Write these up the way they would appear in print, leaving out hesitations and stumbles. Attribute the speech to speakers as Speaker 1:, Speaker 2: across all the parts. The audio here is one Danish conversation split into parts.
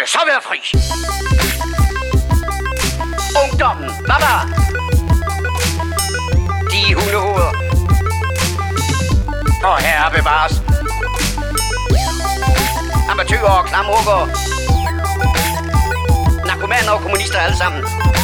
Speaker 1: det så være fri. Ungdommen, baba. De hundehoveder. Og herre bevares. Amatører og klamrukker. Narkomaner og kommunister alle sammen.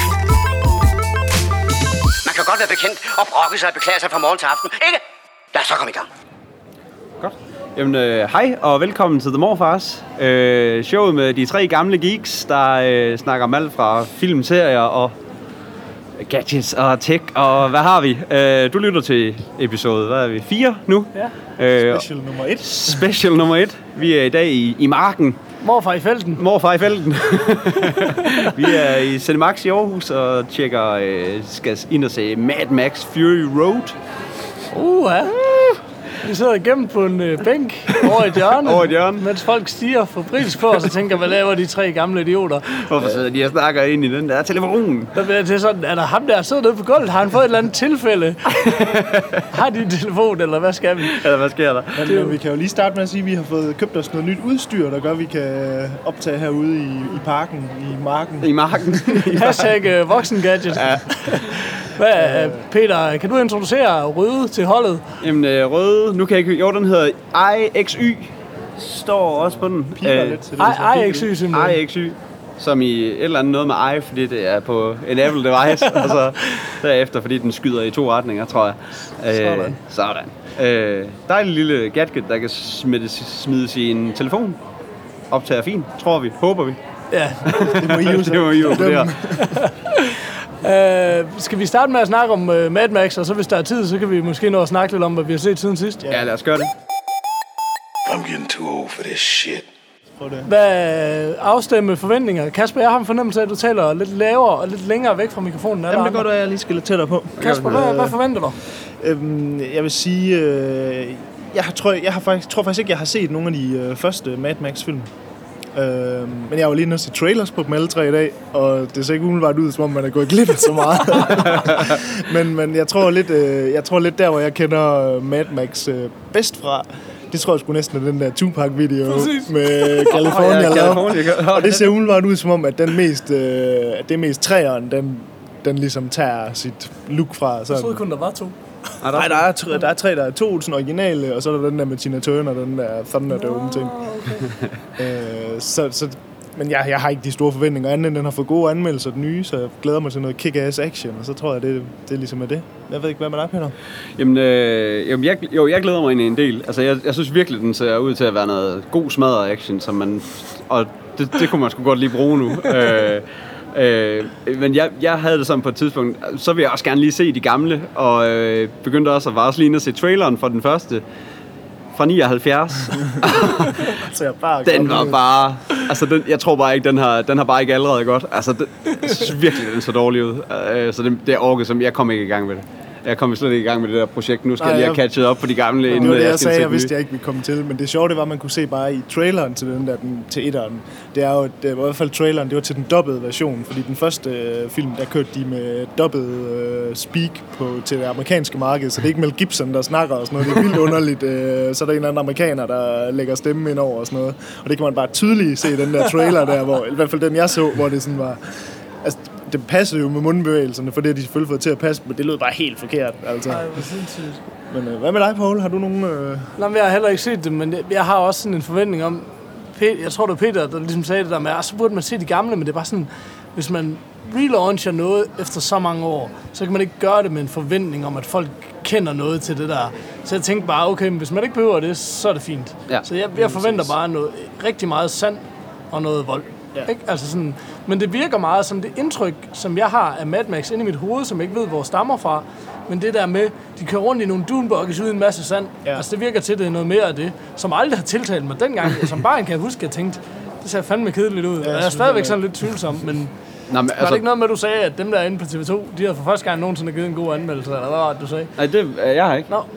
Speaker 1: Man kan godt være bekendt og brokke sig og beklage sig fra morgen til aften, ikke? Lad os så komme i gang.
Speaker 2: Godt. Jamen, hej og velkommen til The Morfars. Showet med de tre gamle geeks, der snakker om alt fra film, serier og gadgets og tech og hvad har vi? Du lytter til episode, hvad er vi? 4 nu?
Speaker 3: Ja. Special nummer 1.
Speaker 2: Special nummer 1. Vi er i dag i marken.
Speaker 3: Morfar i felten.
Speaker 2: Morfar i felten. Vi er i Cinemax i Aarhus og skal ind og se Mad Max Fury Road.
Speaker 3: Ja. Vi sidder gemt på en bænk over et hjørne, mens folk stiger fabrilsk på os og tænker, hvad laver de tre gamle idioter?
Speaker 2: Hvorfor sidder de og snakker ind i den der telefon?
Speaker 3: Der bliver til sådan, er der ham der sidder nede på gulvet? Har han fået et eller andet tilfælde? Har de en telefon, eller hvad skal vi?
Speaker 2: Eller hvad sker der?
Speaker 4: Men vi kan jo lige starte med at sige, at vi har fået købt os noget nyt udstyr, der gør, at vi kan optage herude i parken, i marken.
Speaker 2: I marken.
Speaker 3: Hashtag voksengadget. Ja. Hvad, Peter, kan du introducere Røde til holdet?
Speaker 2: Jamen, Røde, nu kan jeg ikke... Jo, den hedder IXY. Står også på den.
Speaker 3: IXY simpelthen.
Speaker 2: IXY. Som i et eller andet noget med I, fordi det er på en Apple device. Og så derefter, fordi den skyder i 2 retninger, tror jeg. Sådan. Dejlig lille gadget, der kan smides i en telefon. Optager fint, tror vi. Håber vi.
Speaker 3: Ja.
Speaker 4: Det må I jo vurdere.
Speaker 3: Skal vi starte med at snakke om Mad Max, og så hvis der er tid, så kan vi måske nå at snakke lidt om, hvad vi har set siden sidst.
Speaker 2: Ja, lad os gøre det.
Speaker 5: I'm getting too old for this shit.
Speaker 3: Hvad afstemme forventninger? Kasper, jeg har en fornemmelse af, at du taler lidt lavere og lidt længere væk fra mikrofonen.
Speaker 4: Jamen, det går da, jeg lige skal lidt tættere på.
Speaker 3: Kasper, hvad forventer du?
Speaker 4: Jeg vil sige, jeg tror faktisk ikke, jeg har set nogle af de første Mad Max-film. Men jeg var lige nødt til trailers på dem alle 3 i dag, og det ser ikke umiddelbart ud, som om man er gået glip af så meget. men jeg tror lidt der, hvor jeg kender Mad Max bedst fra, det tror jeg sgu næsten er den der Tupac-video med California. Og det ser umiddelbart ud som om, at den det er mest træeren, den ligesom tager sit look fra.
Speaker 3: Jeg troede kun, der var 2.
Speaker 4: Nej, der er 3, der er 2 sådan originale, og så er der den der med Tina Turner, den der Thunderdome ting. Okay. Men jeg har ikke de store forventninger, anden end den har fået gode anmeldelser, den nye, så jeg glæder mig til noget kick-ass action, og så tror jeg, det ligesom er det. Jeg ved ikke, hvad med dig, Peter?
Speaker 2: Jamen, jeg glæder mig egentlig en del. Altså, jeg synes virkelig, den ser ud til at være noget god smadret action, som man, og det kunne man sgu godt lige bruge nu. Men jeg havde det sådan på et tidspunkt, så vil jeg også gerne lige se de gamle, og begyndte også at varsle lige at se traileren for den første fra 79. Den var bare, altså jeg tror bare ikke, den har bare ikke allerede godt. Altså, jeg synes virkelig, den så dårlig ud. Så det er orket, som jeg kom ikke i gang med det. Jeg kom slet ikke i gang med det der projekt. Nu skal jeg lige have catchet op på de gamle.
Speaker 4: Det var det, jeg sagde. Jeg vidste, jeg ikke ville komme til. Men det sjove, det var, at man kunne se bare i traileren til til etteren. Det var i hvert fald traileren, det var til den dubbede version. Fordi den første film, der kørte de med dubbet speak til det amerikanske marked. Så det er ikke Mel Gibson, der snakker og sådan noget. Det er vildt underligt. Så er der en eller anden amerikaner, der lægger stemmen ind over og sådan noget. Og det kan man bare tydeligt se i den der trailer der, hvor, i hvert fald den jeg så, hvor det sådan var... Altså, det passede jo med mundbevægelserne, for det har de selvfølgelig fået til at passe, men det lød bare helt forkert. Altså.
Speaker 3: Ej, hvor sindssygt.
Speaker 4: Men hvad med dig, Poul? Har du nogen...
Speaker 3: Nej, jeg har heller ikke set det, men jeg har også sådan en forventning om... Jeg tror, det var Peter, der ligesom sagde det der med, så burde man se de gamle, men det er bare sådan... Hvis man relauncher noget efter så mange år, så kan man ikke gøre det med en forventning om, at folk kender noget til det der. Så jeg tænkte bare, okay, men hvis man ikke behøver det, så er det fint. Ja. Så jeg forventer bare noget rigtig meget sand og noget vold. Ja. Ikke? Altså sådan, men det virker meget som det indtryk, som jeg har af Mad Max inde i mit hoved, som jeg ikke ved, hvor stammer fra. Men det der med, de kører rundt i nogle dunebuggies uden en masse sand. Ja. Altså det virker til, det er noget mere af det, som aldrig har tiltalt mig dengang. Som barn kan jeg huske, at jeg tænkte, det ser fandme kedeligt ud. Ja, jeg er stadigvæk sådan lidt tvivlsom, men... Var det ikke noget med, at du sagde, at dem der inde på TV2, de havde for første gang nogensinde givet en god anmeldelse, eller hvad var det, du sagde?
Speaker 2: Nej, jeg har ikke.
Speaker 3: Nå.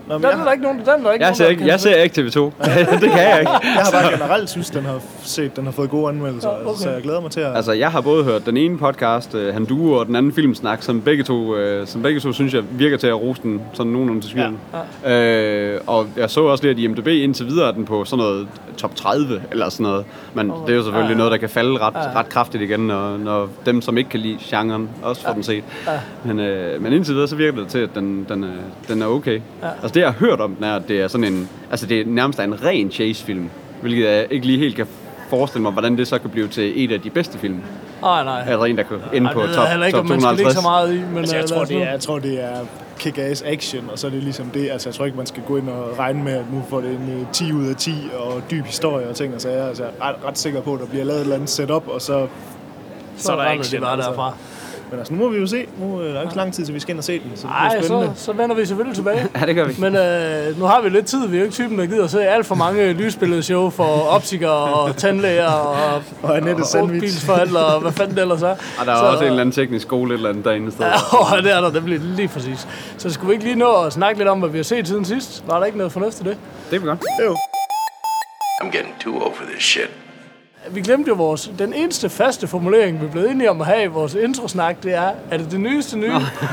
Speaker 3: Den er der ikke nogen,
Speaker 2: Jeg ser ikke TV2. Det kan jeg ikke.
Speaker 4: Jeg har bare generelt synes, den har fået gode anmeldelser, okay. Så jeg glæder mig til at...
Speaker 2: Altså, jeg har både hørt den ene podcast, Han Duo, og den anden Filmsnak, som begge to synes jeg virker til at rose den sådan nogenlunde til skylden. Ja. Og jeg så også lidt i IMDb indtil videre, den på sådan noget top 30 eller sådan noget. Men det er jo selvfølgelig noget, der kan falde ret kraftigt igen, når dem, som ikke kan lide genren, også får den set. Men indtil videre, så virker det til, at den er okay. Altså, det jeg har hørt om den er, at det er sådan en... Altså, det er nærmest en ren chase-film, hvilket jeg ikke lige helt kan forestille mig, hvordan det så kan blive til et af de bedste film.
Speaker 3: Nej.
Speaker 2: Eller en, der kan ende på top 250.
Speaker 3: Man skal ligge så meget i, men...
Speaker 4: Altså, jeg tror, det er kick-ass action, og så er det ligesom det. Altså, jeg tror ikke, man skal gå ind og regne med, at nu får det en 10 ud af 10 og dyb historie og ting og sager. Altså, jeg er ret sikker på, at der bliver lavet et eller andet setup, og så er der action.
Speaker 3: Derfra.
Speaker 4: Men altså, nu må vi jo se. Nu er der ikke så lang tid, til vi skal ind og se den.
Speaker 3: Så vender vi selvfølgelig tilbage.
Speaker 2: Ja, det gør vi.
Speaker 3: Men nu har vi lidt tid. Vi er jo ikke typen, der gider at se alt for mange lysbilledshow for optikere og tandlæger og
Speaker 4: Annette Sandwich.
Speaker 3: bilsforhandlere og hvad fanden det ellers er.
Speaker 2: Og der er også en eller anden teknisk skole et eller andet derinde i stedet.
Speaker 3: Ja, det er der. Det bliver lige præcis. Så skulle vi ikke lige nå at snakke lidt om, hvad vi har set siden sidst? Var der ikke noget fornuftigt det?
Speaker 2: Det er vi godt.
Speaker 4: Jo.
Speaker 5: I'm getting too old for this shit.
Speaker 3: Vi glemte jo den eneste faste formulering, vi er blevet enige om at have i vores introsnak, det er det nyeste nye?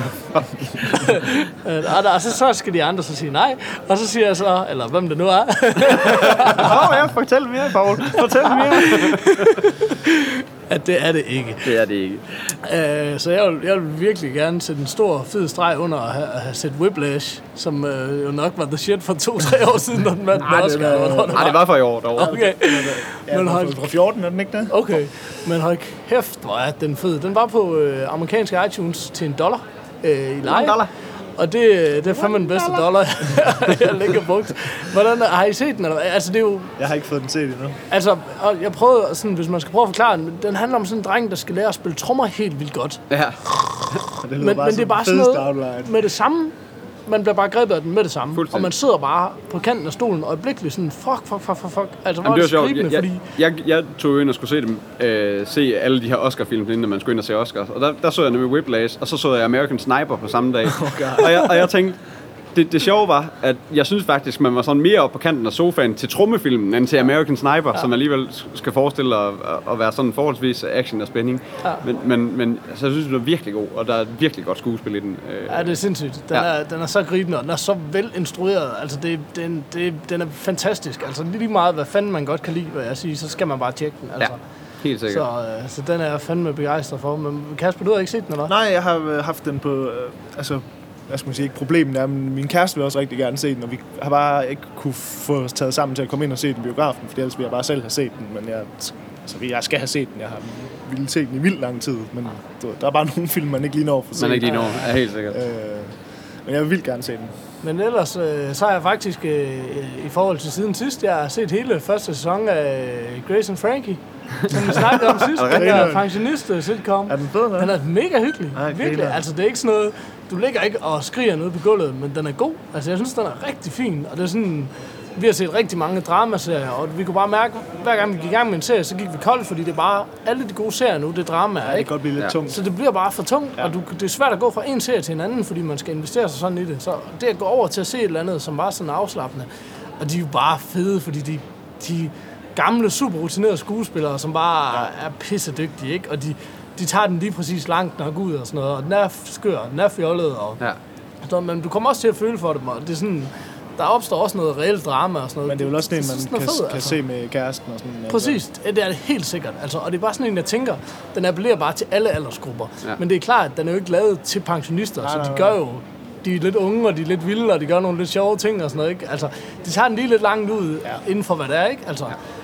Speaker 3: Og så skal de andre så sige nej, og så siger jeg så, eller hvem det nu er.
Speaker 2: Fortæl mere, Paul. Fortæl mere.
Speaker 3: At det er det ikke.
Speaker 2: Det er det ikke.
Speaker 3: Så jeg vil virkelig gerne sætte en stor, fed streg under at have set Whiplash, som jo nok var the shit for 2-3 år siden, når den vandt Oscar.
Speaker 2: Nej, det var for i år derovre.
Speaker 3: Okay.
Speaker 4: Men fra 14 er den ikke det?
Speaker 3: Okay, men hold kæft, hvor er den fed. Den var på amerikanske iTunes til $1 i leje. $1. Og det er fandme den bedste dollar, jeg lægger brugt. Hvordan har I set den? Eller? Altså, det er jo...
Speaker 4: Jeg har ikke fået den set endnu.
Speaker 3: Altså, jeg prøvede sådan, hvis man skal prøve at forklare den, den handler om sådan en dreng, der skal lære at spille trommer helt vildt godt.
Speaker 2: Ja.
Speaker 3: Men det er bare sådan noget med det samme. Man bliver bare grebet af den med det samme. Og man sidder bare på kanten af stolen og øjeblikkeligt sådan, fuck. Altså, hvor er det skribende, fordi...
Speaker 2: Jeg tog ind og skulle se alle de her Oscar-film, inden man skulle ind og se Oscars. Og der så jeg nemlig Whiplash, og så jeg American Sniper på samme dag. Og jeg tænkte, det sjove var, at jeg synes faktisk, man var sådan mere op på kanten af sofaen til trummefilmen, end til American Sniper, som alligevel skal forestille at være sådan forholdsvis action og spænding. Ja. Men altså, jeg synes, den er virkelig god, og der er et virkelig godt skuespil i den.
Speaker 3: Ja, det er sindssygt. Den er så gribende, og den er så velinstrueret. Altså, den er fantastisk. Altså, lige meget, hvad fanden man godt kan lide, hvad jeg siger, så skal man bare tjekke den. Altså.
Speaker 2: Ja. Helt sikkert.
Speaker 3: Så den er jeg fandme begejstret for. Men Kasper, du har ikke set den, eller?
Speaker 4: Nej, jeg har haft den på... hvad skal man sige, ikke problemet er, men min kæreste vil også rigtig gerne se den, og vi har bare ikke kunne få os taget sammen til at komme ind og se den i biografen, for ellers vil jeg bare selv have set den, men jeg skal have set den. Jeg har ville se den i vildt lang tid, men der er bare nogle film, man ikke lige når for at se.
Speaker 2: Man ikke lige når, er helt sikkert.
Speaker 4: Men jeg vil vildt gerne se den.
Speaker 3: Men ellers så har jeg faktisk i forhold til siden sidst, jeg har set hele første sæson af Grace and Frankie, som vi snakkede om sidst. Den der pensionist-sitcom.
Speaker 4: Er den fed, eller?
Speaker 3: Den er mega hyggelig. Virkelig.
Speaker 4: Griner.
Speaker 3: Altså, det er ikke sådan noget... Du ligger ikke og skriger nede på gulvet, men den er god. Altså, jeg synes, den er rigtig fin. Og det er sådan... Vi har set rigtig mange dramaserier, og vi kunne bare mærke, hver gang vi gik i gang med en serie, så gik vi koldt, fordi det er bare... Alle de gode serier nu, det er dramaer, ikke?
Speaker 4: Det kan godt blive lidt tungt.
Speaker 3: Så det bliver bare for tungt, og det er svært at gå fra en serie til en anden, fordi man skal investere sig sådan i det. Så det at gå over til at se et eller andet, som var sådan afslappende, og de er jo bare fede, fordi de gamle, super rutinerede skuespillere, som bare er pissedygtige, ikke? Og de tager den lige præcis langt nok ud og sådan noget, og den er skør, den er fjollet, og så, men du kommer også til at føle for dem, og det er sådan, der opstår også noget reelt drama og sådan noget.
Speaker 4: Men det er jo også det, man kan se med kæresten og sådan.
Speaker 3: Præcis, det er det helt sikkert, altså, og det er bare sådan en, jeg tænker, den appellerer bare til alle aldersgrupper, men det er klart, at den er jo ikke lavet til pensionister, så de gør jo, de er lidt unge, og de er lidt vilde, og de gør nogle lidt sjove ting og sådan noget, ikke? Altså, de tager den lige lidt langt ud inden for, hvad det er, ikke? Altså,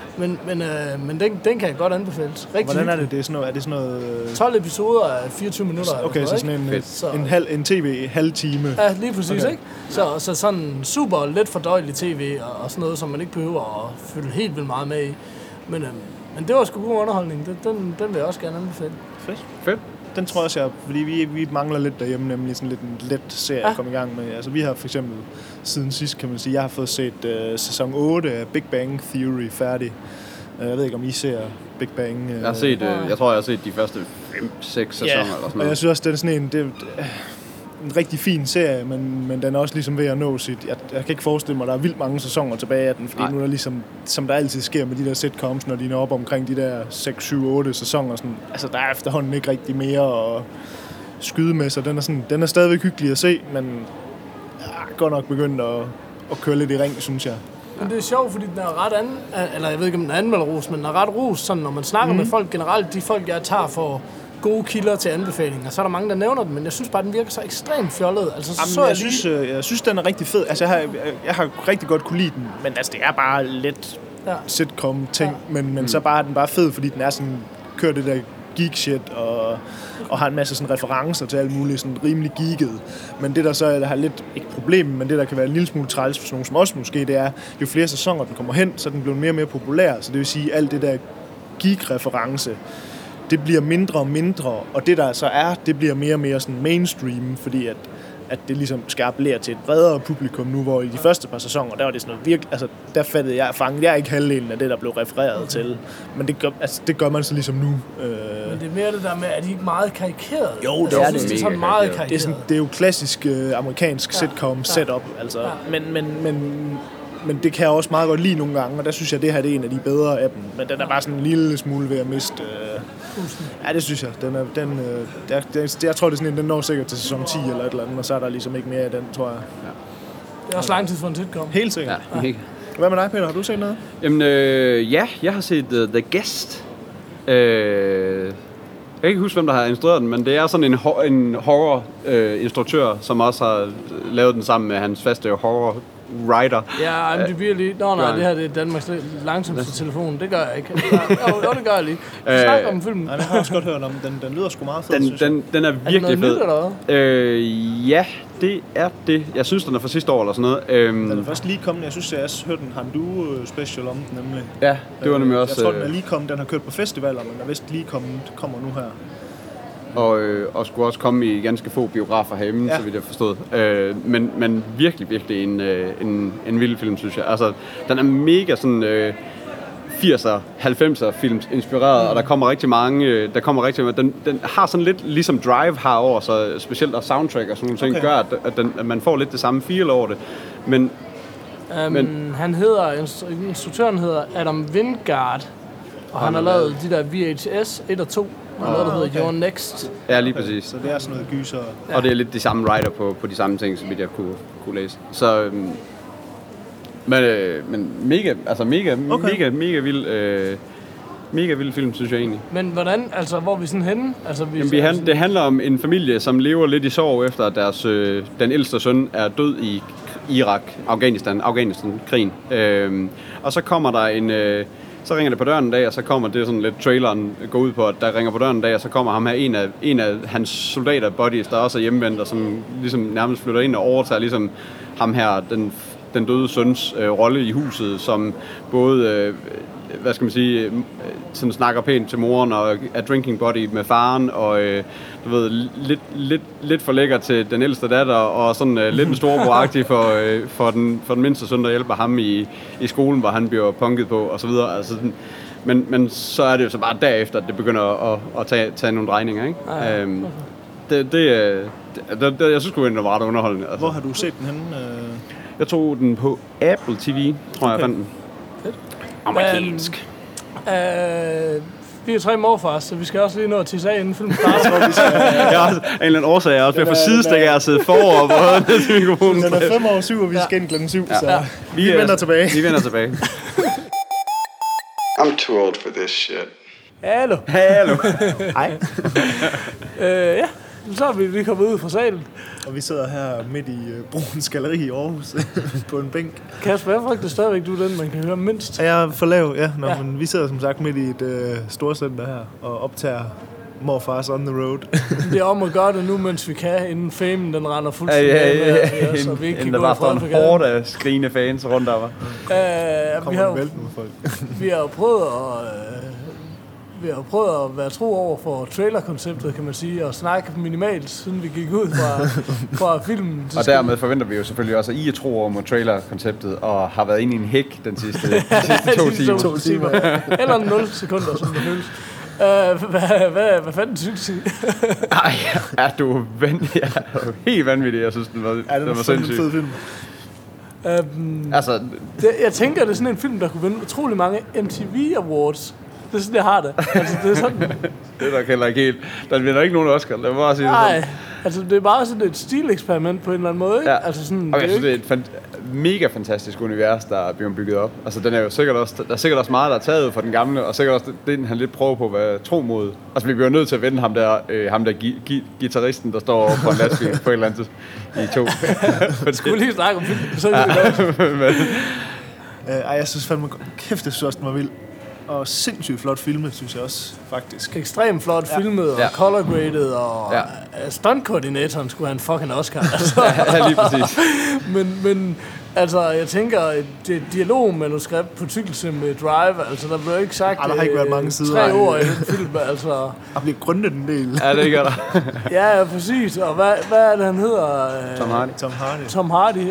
Speaker 3: men den kan jeg godt anbefales. Rigtig
Speaker 4: hvordan er det? Er det sådan noget...
Speaker 3: 12 episoder af 24 minutter.
Speaker 4: Okay, så sådan en tv-halvtime.
Speaker 3: Ja, lige præcis, ikke? Så sådan super let fordøjelig tv og sådan noget, som man ikke behøver at følge helt vildt meget med i. Men det var sgu god underholdning. Den vil jeg også gerne anbefale.
Speaker 2: Fedt.
Speaker 4: Den tror jeg også, fordi vi mangler lidt derhjemme, nemlig sådan lidt en let serie at komme i gang med. Altså, vi har for eksempel siden sidst, kan man sige, jeg har fået set sæson 8 af Big Bang Theory færdig. Jeg ved ikke, om I ser Big Bang.
Speaker 2: Jeg har set de første 5-6 sæsoner eller sådan noget.
Speaker 4: Og jeg synes også, den er sådan en... en rigtig fin serie, men den er også ligesom ved at nå sit... Jeg kan ikke forestille mig, at der er vildt mange sæsoner tilbage af den, fordi nu er der ligesom, som der altid sker med de der sitcoms, når de når op omkring de der 6, 7, 8 sæsoner, sådan, altså der er efterhånden ikke rigtig mere at skyde med, så den er stadigvæk hyggelig at se, men godt nok begyndt at køre lidt i ring, synes jeg.
Speaker 3: Men det er sjovt, fordi den er ret eller jeg ved ikke, om den er anmelderros, men den er ret ros, sådan når man snakker med folk generelt, de folk, jeg tager for gode kilder til anbefalinger, så er der mange, der nævner den, men jeg synes bare, den virker så ekstremt fjollet. Altså,
Speaker 4: jeg synes, den er rigtig fed. Altså, jeg har rigtig godt kunne lide den, men altså, det er bare lidt sitcom-ting, men så bare er den bare fed, fordi den er sådan, kører det der geek shit og har en masse sådan referencer til alt muligt sådan rimelig geeket. Men det der så har lidt ikke problem, men det der kan være en lille smule træls for nogen som også måske, det er jo flere sæsoner den kommer hen, så den bliver mere og mere populær. Så det vil sige alt det der geek-reference, det bliver mindre og mindre, og det der så er, det bliver mere og mere sådan mainstream, fordi at det ligesom skal appellere til et bredere publikum nu, hvor i de første par sæsoner, der var det sådan noget virkelig, altså der fangede jeg ikke halvdelen af det, der blev refereret til, men det gør man så ligesom nu.
Speaker 3: Men det er mere det der med, at de ikke meget karikeret.
Speaker 4: Jo, det er det.
Speaker 3: Det er sådan meget karikeret.
Speaker 4: Det er jo klassisk amerikansk sitcom setup, altså, men det kan jeg også meget godt lide nogle gange, og der synes jeg, at det her det er en af de bedre af dem. Men den er bare sådan en lille smule ved at miste... Ja, det synes jeg. Jeg tror, det er sådan en, den når sikkert til sæson 10 eller et eller andet, og så er der ligesom ikke mere af den, tror jeg. Ja.
Speaker 3: Det er også lang tid for en sitcom.
Speaker 4: Helt sikkert.
Speaker 2: Ja.
Speaker 4: Hvad med dig, Peter? Har du set noget?
Speaker 2: Jamen, ja, jeg har set The Guest. Jeg kan ikke huske, hvem der har instrueret den, men det er sådan en horror-instruktør, som også har lavet den sammen med hans faste horror writer.
Speaker 3: Ja, men det bliver lige... Nej, det her det er Danmarks langsomste telefon. Det gør jeg ikke. Jo, det gør jeg lige. Du snakker om filmen.
Speaker 4: Nej, det har jeg også godt hørt om. Den lyder sgu meget fed,
Speaker 2: den er virkelig fed.
Speaker 3: Er det noget nyt,
Speaker 2: ja, det er det. Jeg synes, den er fra sidste år eller sådan noget.
Speaker 4: Den er først lige kommet. Jeg synes, jeg har hørt en Handu special om den, nemlig.
Speaker 2: Ja, det var nemlig også...
Speaker 4: Jeg tror, den er lige kommet. Den har kørt på festivaler, men er vist lige kommer nu her.
Speaker 2: Og skulle også komme i ganske få biografer herhjemme, så vidt jeg forstod. Men virkelig en vild film, synes jeg. Altså, den er mega sådan 80'er, 90'er films inspireret, og der kommer rigtig mange. Den har sådan lidt ligesom Drive har over, så specielt og soundtrack og sådan nogle ting gør, at man får lidt det samme feel over det. Men
Speaker 3: han instruktøren hedder Adam Wingard, og han har lavet de der VHS 1 og 2. Og noget, der hedder Your Next.
Speaker 2: Ja, lige præcis.
Speaker 4: Så det er sådan noget gyser.
Speaker 2: Ja. Og det er lidt de samme writer på de samme ting, som jeg kunne læse. Så, men mega vild film, synes jeg egentlig.
Speaker 3: Men hvordan, altså, hvor er vi sådan henne? Altså,
Speaker 2: det handler om en familie, som lever lidt i sorg efter, at den ældste søn er død i Irak, Afghanistan-krigen. Og så kommer der så ringer det på døren en dag, og så kommer det sådan lidt traileren går ud på, at der ringer på døren en dag, og så kommer ham her en af hans soldater, buddies, der også er hjemvendt, og som ligesom nærmest flytter ind og overtager ligesom ham her, den døde søns rolle i huset, som både, hvad skal man sige, sådan snakker pænt til moren, og er drinking buddy med faren, og du ved, lidt for lækker til den ældste datter, og sådan lidt en storebror-agtig for den mindste søn, der hjælper ham i skolen, hvor han bliver punket på, og så videre. Altså, men så er det jo så bare derefter, at det begynder at tage nogle drejninger, ikke? Jeg synes sgu, det var ret underholdende. Altså.
Speaker 4: Hvor har du set den henne?
Speaker 2: Jeg tog den på Apple TV, tror jeg fandt den.
Speaker 3: Fedt.
Speaker 2: Amerikansk.
Speaker 3: Vi er 3 morfar, så vi skal også lige nå at tisse af inden filmen starter.
Speaker 2: Jeg har en eller anden årsag, jeg også ved at få sidestikker, jeg har siddet forover og prøvet ned til mikrofonen.
Speaker 4: Den er 5:07, og vi skal ind klokken 7, så vi vender tilbage.
Speaker 2: Vi vender tilbage.
Speaker 5: I'm too old for this shit.
Speaker 3: Hallo.
Speaker 4: Hej.
Speaker 3: Ja, så er vi lige kommet ud fra salen.
Speaker 4: Og vi sidder her midt i Bruns Galleri i Aarhus på en bænk.
Speaker 3: Kasper, jeg frygter stadigvæk, du er den, man kan høre mindst.
Speaker 4: Jeg er for lav, ja. Men vi sidder som sagt midt i et storcenter her og optager Morfars on the road. Det
Speaker 3: er om at gøre det nu, mens vi kan, inden famen den render fuldstændig af, så vi ikke kan gå
Speaker 2: fra en hårdt af skrigende fans rundt der var.
Speaker 3: Vi har jo prøvet at være tro over for trailerkonceptet, kan man sige, og snakke minimalt, siden vi gik ud fra filmen.
Speaker 2: Og dermed forventer vi jo selvfølgelig også, at I er tro over mod trailerkonceptet, og har været inde i en hæk den sidste 2 timer.
Speaker 3: Eller 0 sekunder, som det føles. Hvad fanden synes I?
Speaker 2: Ej, er du helt vanvittig. Jeg synes, den var,
Speaker 4: Ja,
Speaker 2: den var
Speaker 4: en
Speaker 2: sindssyg.
Speaker 4: fed film.
Speaker 2: Altså,
Speaker 3: Jeg tænker, det er sådan en film, der kunne vinde utrolig mange MTV Awards. Det er sådan, jeg har det. Altså, det er sådan...
Speaker 2: det er nok heller ikke helt. Der bliver ikke nogen Oscar, lad mig bare sige det sådan.
Speaker 3: Nej, altså det er bare sådan et stileksperiment på en eller anden måde, ikke?
Speaker 2: Ja.
Speaker 3: Altså sådan,
Speaker 2: Og jeg synes,
Speaker 3: ikke...
Speaker 2: det er et mega fantastisk univers, der er blevet bygget op. Altså, den er jo sikkert også, der er sikkert også meget, der er taget ud fra den gamle, og sikkert også det, han lidt prøver på at være tro mod. Altså, vi bliver nødt til at vende ham der guitaristen, der står over på en lastbil på et eller andet i to.
Speaker 3: Jeg skulle lige snakke om filmen, så kan
Speaker 4: Jeg synes fandme, kæft, jeg synes også, den var vild. Og sindssygt flot filmet, synes jeg også, faktisk.
Speaker 3: ekstremt flot filmet og color graded, og stuntkoordinatoren skulle have en fucking Oscar. Altså.
Speaker 2: Ja, lige præcis.
Speaker 3: men altså, jeg tænker, det dialogmanuskript på Tykkelse med Drive, altså der blev ikke sagt
Speaker 4: der har ikke været mange sider.
Speaker 3: 3 ord i den film, altså.
Speaker 4: Der bliver grundet en del.
Speaker 2: Ja, det gør der.
Speaker 3: Ja, præcis. Og hvad er det, han hedder?
Speaker 2: Tom Hardy.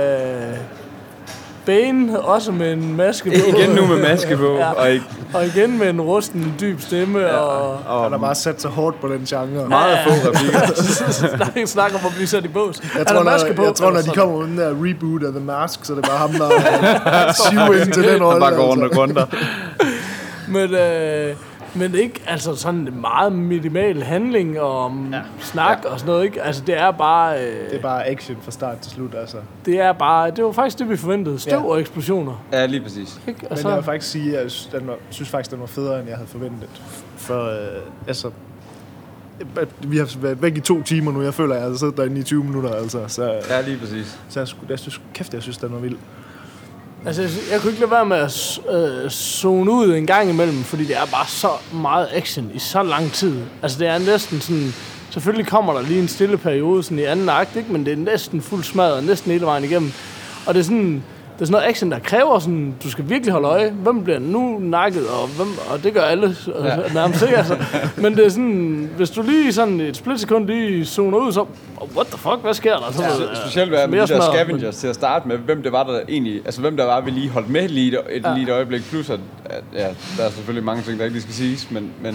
Speaker 3: Bane, også med en maske på.
Speaker 2: Igen nu med maske på.
Speaker 3: Ja. Og igen med en rusten, dyb stemme.
Speaker 2: Ja.
Speaker 3: Og
Speaker 4: Han har bare sat sig hårdt på den genre.
Speaker 2: meget få replikker.
Speaker 3: snakker om at blive sat i bås.
Speaker 4: Jeg tror, når de kommer med den der reboot af The Mask, så er det bare ham, der siver ind til den rolle.
Speaker 2: Bare går rundt og grunder.
Speaker 3: Men ikke altså sådan meget minimal handling og snak og sådan noget, ikke? Altså det er bare...
Speaker 4: Det er bare action fra start til slut, altså.
Speaker 3: Det var faktisk det, vi forventede. Støv og eksplosioner.
Speaker 2: Ja, lige præcis.
Speaker 3: Ikke?
Speaker 4: Men
Speaker 3: Altså,
Speaker 4: jeg vil faktisk sige, at jeg synes faktisk, den var federe, end jeg havde forventet. For altså... Vi har været væk i 2 timer nu. Jeg føler, at jeg har siddet derinde i 20 minutter, altså. Så
Speaker 2: lige præcis.
Speaker 4: jeg synes, jeg synes, den var vild.
Speaker 3: altså, jeg kunne ikke lade være med at zone ud en gang imellem, fordi det er bare så meget action i så lang tid. Altså, det er næsten sådan... Selvfølgelig kommer der lige en stille periode sådan i anden akt, ikke? Men det er næsten fuld smadret, næsten hele vejen igennem. Og det er sådan noget action, der kræver sådan... Du skal virkelig holde øje. Hvem bliver nu nakket, og det gør alle nærmest ikke, altså. Men det er sådan... Hvis du lige sådan et splitsekund lige zoner ud, så... What the fuck, hvad sker der?
Speaker 2: Specielt med de der scavengers til at starte med, hvem det var, der egentlig... Altså, hvem der var, vi lige holdt med lige et øjeblik. Plus, at der er selvfølgelig mange ting, der ikke lige skal siges,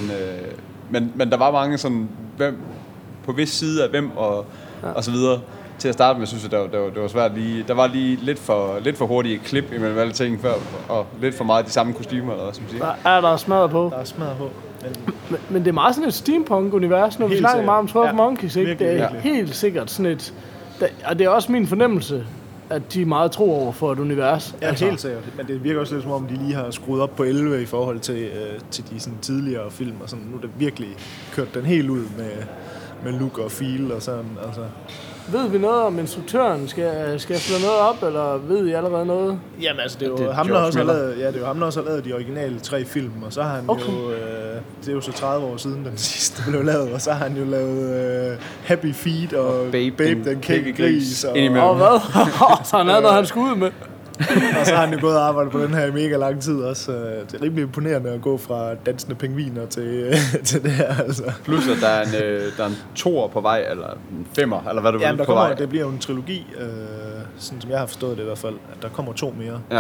Speaker 2: men der var mange sådan... Hvem på vis side af hvem og så videre. Til at starte med, synes jeg, det var svært lige... Der var lige lidt for hurtige klip imellem alle ting før, og lidt for meget de samme kostymer, eller hvad skal man sige.
Speaker 3: Der er smadret på.
Speaker 4: Der er smadret på.
Speaker 3: Men det er meget sådan et steampunk-univers, når vi snakker meget om 12 Monkeys, ikke?
Speaker 4: Virkelig,
Speaker 3: det er helt sikkert sådan et... Og det er også min fornemmelse, at de er meget tro over for et univers.
Speaker 4: Ja, altså. Helt sikkert. Men det virker også lidt som om, de lige har skruet op på 11 i forhold til de sådan tidligere film, og sådan. Nu er det virkelig kørt den helt ud med look og feel og sådan, altså.
Speaker 3: Ved vi noget om instruktøren? Skal jeg slå noget op, eller ved I allerede noget?
Speaker 4: Jamen altså, det er jo ham, der også har lavet, det er jo ham, der også har lavet de originale 3 film, og så har han jo, det er jo så 30 år siden den sidste blev lavet, og så har han jo lavet Happy Feet og Babe den kække gris. Og
Speaker 3: hvad? Så han havde noget, han skulle ud med.
Speaker 4: Og så har han jo gået og arbejdet på den her i mega lang tid også. Det er rimelig imponerende at gå fra dansende pingviner til det her, altså.
Speaker 2: Plus, at der er en 2'er på vej, eller en 5'er, eller hvad du vil på vej.
Speaker 4: Det bliver jo en trilogi, sådan som jeg har forstået det i hvert fald, at der kommer 2 mere.
Speaker 2: Ja.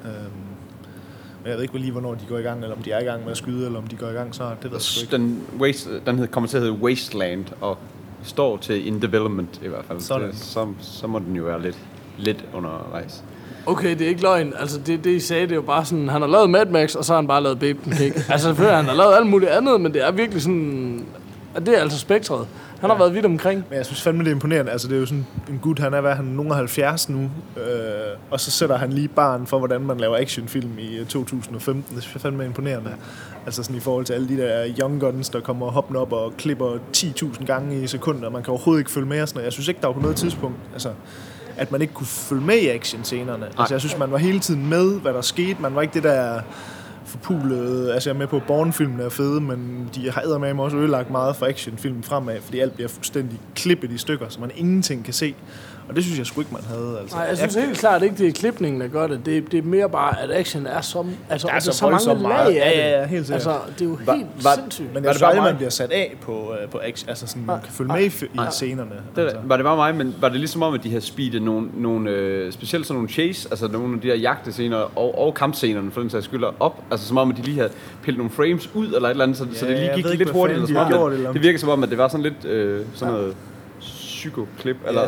Speaker 4: Men jeg ved ikke lige, hvornår de går i gang, eller om de er i gang med at skyde, eller om de går i gang snart. Det ved jeg sgu ikke.
Speaker 2: Den kommer til at hedde Wasteland, og står til In Development i hvert fald.
Speaker 4: Sådan.
Speaker 2: Så må den jo være lidt undervejs.
Speaker 3: Okay, det er ikke løgn. Altså, det I sagde, det er jo bare sådan, han har lavet Mad Max, og så har han bare lavet Babe den Cake. Altså, selvfølgelig han har lavet alt muligt andet, men det er virkelig sådan... At det er altså spektret. Han har været vidt omkring.
Speaker 4: Men jeg synes fandme, det er imponerende. Altså, det er jo sådan en gut, han er nogen af 70 nu, og så sætter han lige barn for, hvordan man laver actionfilm i 2015. Det synes jeg fandme imponerende. Altså sådan i forhold til alle de der young guns, der kommer hoppende op og klipper 10.000 gange i sekunder, man kan overhovedet ikke følge med og sådan noget. Jeg synes ikke, der var på noget tidspunkt, altså, at man ikke kunne følge med i actionscenerne. Altså, jeg synes, man var hele tiden med, hvad der skete. Man var ikke det der forpulede... Altså, jeg er med på, at Bourne-filmen er fede, men de har eddermame også ødelagt meget for actionfilmen fremad, fordi alt bliver fuldstændig klippet i stykker, så man ingenting kan se. Og det synes jeg sgu ikke, man havde. Altså.
Speaker 3: Nej, jeg synes helt klart ikke, det er klipningen, der gør det. Det er mere bare, at action er så, altså,
Speaker 4: er
Speaker 3: så mange lag af det.
Speaker 4: Ja, helt sikkert.
Speaker 3: Altså, det er jo helt sindssygt.
Speaker 4: Men jeg synes aldrig, man bliver sat af på action. Altså sådan, man kan følge med i scenerne. Altså.
Speaker 2: Var det bare mig, men var det ligesom om, at de havde speedet nogle specielt sådan nogle chase, altså nogle af de her jagtescener og kampscenerne for den sags skyld op, altså som om, at de lige havde pillet nogle frames ud eller et eller andet, så det lige gik lidt hurtigt. Det virker som om, at det var sådan lidt sådan noget psykoklip eller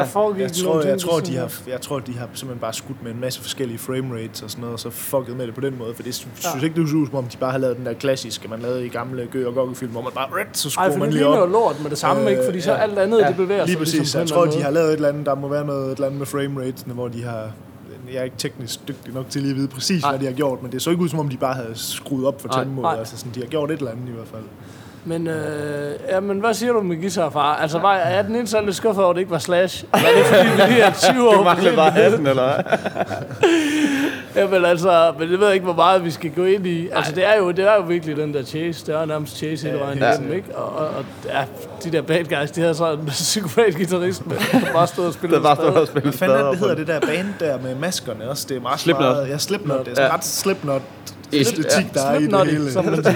Speaker 4: jeg tror de har simpelthen bare skudt med en masse forskellige frame rates og sådan noget, og så fucket med det på den måde, for det synes ikke, det er som om de bare har lavet den der klassiske, man lavede i gamle Gø og Gokke-film, hvor man bare så skruer man lige op.
Speaker 3: Ej, for det ligner jo lort med det samme, ikke? Fordi så alt andet, det bevæger sig.
Speaker 4: Lige præcis, ligesom jeg tror, de har lavet et eller andet, der må være noget et eller andet med frame ratesene, hvor de har... Jeg er ikke teknisk dygtig nok til lige at vide præcis, hvad de har gjort, men det så ikke ud, som om de bare havde skruet op for tempoet. Altså sådan, de har gjort et eller andet i hvert fald.
Speaker 3: Men hvad siger du med guitar, far? Altså, er den eneste lidt skuffet over, at det ikke var Slash? Eller er det fordi, vi lige er 20 år?
Speaker 2: Du mangler bare hatten, eller hvad?
Speaker 3: Jamen altså, men jeg ved ikke, hvor meget vi skal gå ind i. Altså, det er jo virkelig den der chase. Det er nærmest chase hele vejen igennem, ikke? Og de der bad guys, de havde så en psykopat-guitarist med, der bare stod og spillede spade.
Speaker 4: Hvad fanden det hedder det der band der med maskerne også? Det er meget Slipknot. Ja, Slipknot. Det er sådan ret Slipknot. Æstetik, der er i det hele.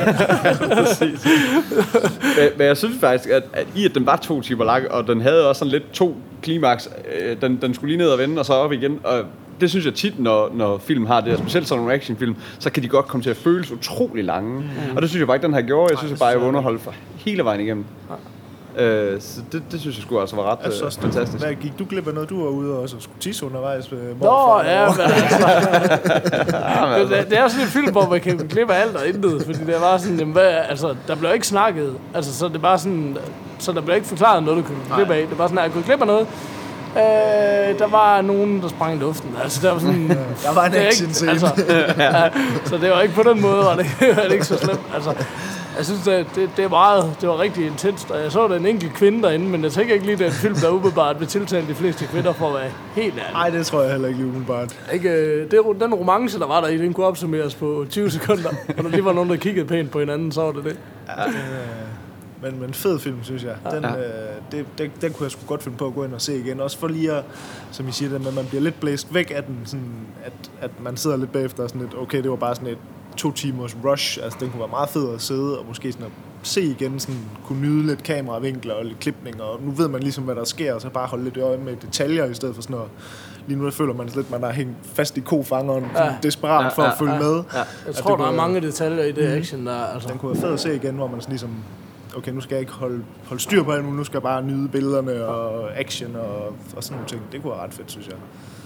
Speaker 2: Men jeg synes faktisk, at den var 2 timer lang, og den havde også sådan lidt 2 klimaks. Den skulle lige ned og vende, og så op igen. Og det synes jeg tit, når film har det, specielt sådan nogle actionfilm, så kan de godt komme til at føles utrolig lange. Og det synes jeg bare ikke, den her gjorde. Jeg synes bare, jeg var underholdt for hele vejen igennem. Så det synes jeg sgu altså var ret fantastisk.
Speaker 4: Hvad gik du glip af noget? Du var ude og skulle tisse undervejs?
Speaker 3: Nå, ja, men altså... det er sådan en film, hvor man kan glip af alt og intet, fordi det var sådan, altså, der blev ikke snakket. Altså, så det bare sådan... Så der blev ikke forklaret noget, du kunne glip af. Det var sådan, at jeg kunne glip af noget. Der var nogen, der sprang i luften. Altså, der var sådan...
Speaker 4: der var en action-scene.
Speaker 3: Altså, så det var ikke på den måde, var det ikke så slemt. Altså, jeg synes, det var rigtig intenst, og jeg så der en enkelt kvinde derinde, men jeg tænker ikke lige, det er en film, der umiddelbart vil tiltale de fleste kvinder for at være helt ærlig.
Speaker 4: Nej, det tror jeg heller ikke lige umiddelbart.
Speaker 3: Den romance, der var der i, den kunne opsummeres på 20 sekunder, og der lige var nogen, der kiggede pænt på hinanden, så var det.
Speaker 4: Ja, men fed film, synes jeg. Den kunne jeg sgu godt finde på at gå ind og se igen. Også for lige at, som I siger, at man bliver lidt blæst væk af den, sådan at man sidder lidt bagefter og sådan lidt, okay, det var bare sådan et 2 timers rush. Altså, den kunne være meget fed at sidde og måske sådan at se igen, sådan kunne nyde lidt kameravinkler og lidt klipninger. Og nu ved man ligesom, hvad der sker, og så bare holde lidt øje med detaljer i stedet for sådan noget. Lige nu føler man lidt, man har hængt fast i kofangeren, desperat for at følge med.
Speaker 3: Jeg tror, der er mange detaljer i det action der. Altså.
Speaker 4: Den kunne være fed at se igen, hvor man sådan ligesom, okay, nu skal jeg ikke holde styr på alt, nu skal jeg bare nyde billederne og action og sådan nogle ting. Det kunne være ret fedt, synes jeg.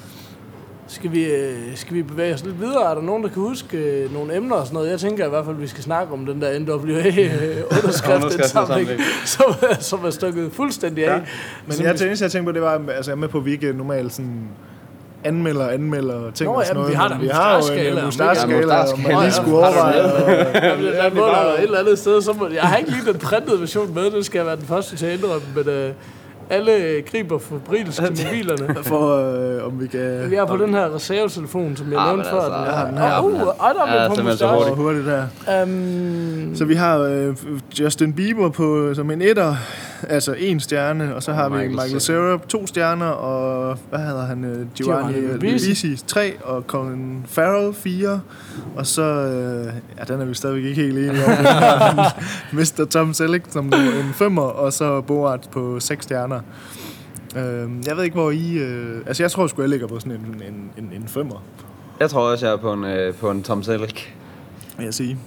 Speaker 3: Skal vi bevæge os lidt videre? Er der nogen, der kan huske nogle emner og sådan noget? Jeg tænker i hvert fald, at vi skal snakke om den der NWA-underskriftindsamling, som er stukket fuldstændig af.
Speaker 4: Men jeg tænkte på, det var, altså jeg er med på, at vi ikke normalt sådan anmelder ting og sådan noget.
Speaker 3: Vi har jo en
Speaker 4: mustache-skala, og man lige skulle overveje.
Speaker 3: Der et eller andet sted, jeg har ikke lige den printede version med, det skal være den første til at indrømme, men alle griber forbrydelser til mobilerne.
Speaker 4: Om vi kan...
Speaker 3: Vi er på den her reservetelefon, som jeg nævnte før.
Speaker 4: Jeg har den her.
Speaker 3: Der er på mustache.
Speaker 4: Hurtigt der. Så vi har Justin Bieber som en etter, altså 1 stjerne, og så har vi Michael Cera 2 stjerner, og hvad hedder han? Giovanni Ribisi 3, og Colin Farrell 4, og så, den er vi stadigvæk ikke helt enige om, Mr. Tom Selleck som en 5'er, og så Borat på 6 stjerner. Jeg ved ikke, hvor I... altså, jeg tror sgu, jeg ligger på sådan en 5'er.
Speaker 2: Jeg tror også, jeg er på en Tom Selleck.
Speaker 4: Vil jeg sige.